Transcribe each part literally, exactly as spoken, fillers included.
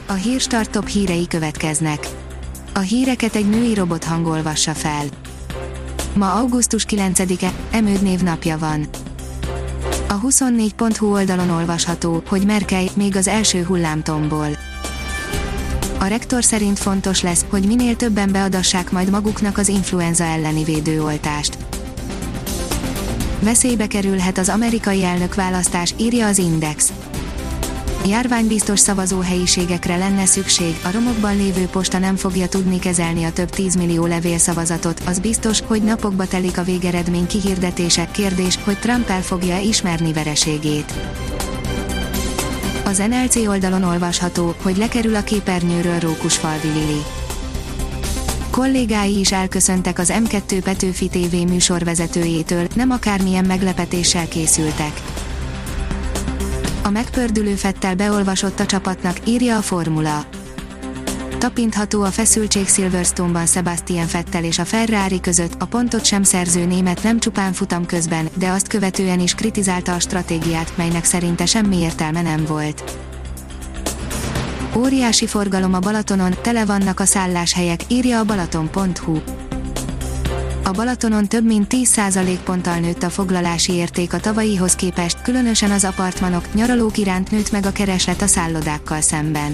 A Hírstart top hírei következnek. A híreket egy női robot olvassa fel. Ma augusztus kilencedike, Emőd névnapja van. A huszonnégy pont hu oldalon olvasható, hogy Merkel még az első hullám tombol. A rektor szerint fontos lesz, hogy minél többen beadassák majd maguknak az influenza elleni védőoltást. Veszélybe kerülhet az amerikai elnökválasztás, írja az Index. Járványbiztos szavazóhelyiségekre lenne szükség, a romokban lévő posta nem fogja tudni kezelni a több tízmillió levélszavazatot, az biztos, hogy napokba telik a végeredmény kihirdetése, kérdés, hogy Trump el fogja ismerni vereségét. Az en el cé oldalon olvasható, hogy lekerül a képernyőről Rókusfalvi Lili. Kollégái is elköszöntek az em kettő Petőfi té vé műsorvezetőjétől, nem akármilyen meglepetéssel készültek. A megpördülő Vettel beolvasott a csapatnak, írja a Formula. Tapintható a feszültség Silverstone-ban Sebastian Vettel és a Ferrari között, a pontot sem szerző német nem csupán futam közben, de azt követően is kritizálta a stratégiát, melynek szerinte semmi értelme nem volt. Óriási forgalom a Balatonon, tele vannak a szálláshelyek, írja a balaton pont hu. A Balatonon több mint tíz százalékponttal nőtt a foglalási érték a tavalyihoz képest, különösen az apartmanok, nyaralók iránt nőtt meg a kereslet a szállodákkal szemben.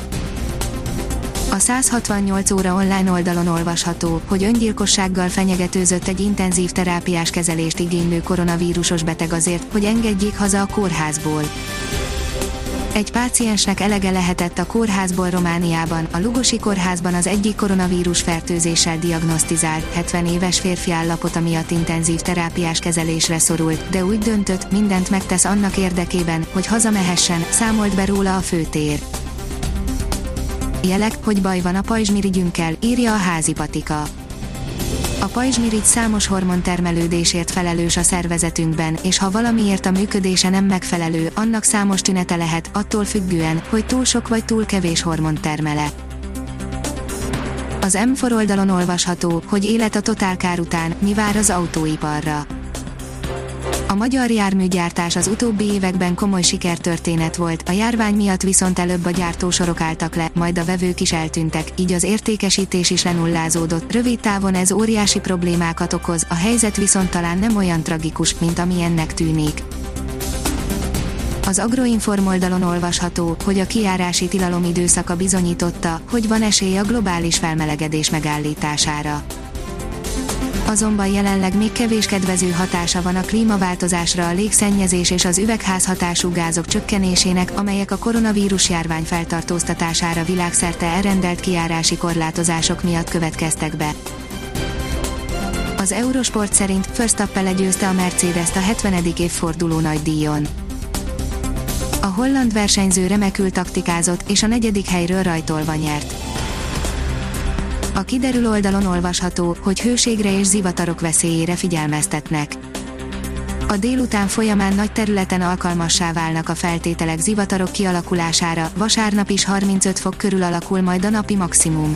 A száz hatvannyolc óra online oldalon olvasható, hogy öngyilkossággal fenyegetőzött egy intenzív terápiás kezelést igénylő koronavírusos beteg azért, hogy engedjék haza a kórházból. Egy páciensnek elege lehetett a kórházból Romániában, a Lugosi kórházban az egyik koronavírus fertőzéssel diagnosztizált, hetven éves férfi állapota miatt intenzív terápiás kezelésre szorult, de úgy döntött, mindent megtesz annak érdekében, hogy hazamehessen, számolt be róla a főtér. Jelek, hogy baj van a pajzsmirigyünkkel, írja a Házi Patika. A pajzsmirigy számos hormontermelődésért felelős a szervezetünkben, és ha valamiért a működése nem megfelelő, annak számos tünete lehet, attól függően, hogy túl sok vagy túl kevés hormont termele. Az M négy oldalon olvasható, hogy élet a totálkár után, mi vár az autóiparra. A magyar járműgyártás az utóbbi években komoly sikertörténet volt, a járvány miatt viszont előbb a gyártósorok álltak le, majd a vevők is eltűntek, így az értékesítés is lenullázódott, rövid távon ez óriási problémákat okoz, a helyzet viszont talán nem olyan tragikus, mint amilyennek tűnik. Az Agroinform oldalon olvasható, hogy a kijárási tilalom időszaka bizonyította, hogy van esély a globális felmelegedés megállítására. Azonban jelenleg még kevés kedvező hatása van a klímaváltozásra a légszennyezés és az üvegházhatású gázok csökkenésének, amelyek a koronavírus járvány feltartóztatására világszerte elrendelt kijárási korlátozások miatt következtek be. Az Eurosport szerint Verstappen legyőzte a Mercedes-t a hetvenedik évforduló nagydíjon. A holland versenyző remekül taktikázott, és a negyedik helyről rajtolva nyert. A Kiderül oldalon olvasható, hogy hőségre és zivatarok veszélyére figyelmeztetnek. A délután folyamán nagy területen alkalmassá válnak a feltételek zivatarok kialakulására, vasárnap is harmincöt fok körül alakul majd a napi maximum.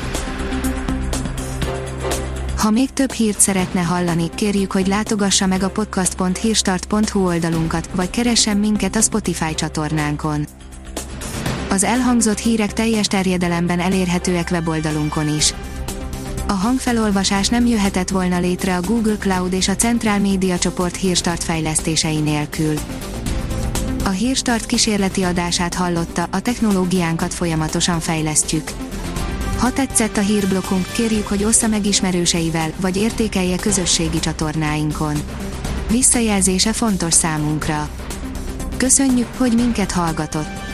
Ha még több hírt szeretne hallani, kérjük, hogy látogassa meg a podcast pont hírstart pont hu oldalunkat, vagy keressen minket a Spotify csatornánkon. Az elhangzott hírek teljes terjedelemben elérhetőek weboldalunkon is. A hangfelolvasás nem jöhetett volna létre a Google Cloud és a Centrál Média csoport Hírstart fejlesztései nélkül. A Hírstart kísérleti adását hallotta, a technológiánkat folyamatosan fejlesztjük. Ha tetszett a hírblokkunk, kérjük, hogy ossza meg ismerőseivel, vagy értékelje közösségi csatornáinkon. Visszajelzése fontos számunkra. Köszönjük, hogy minket hallgatott!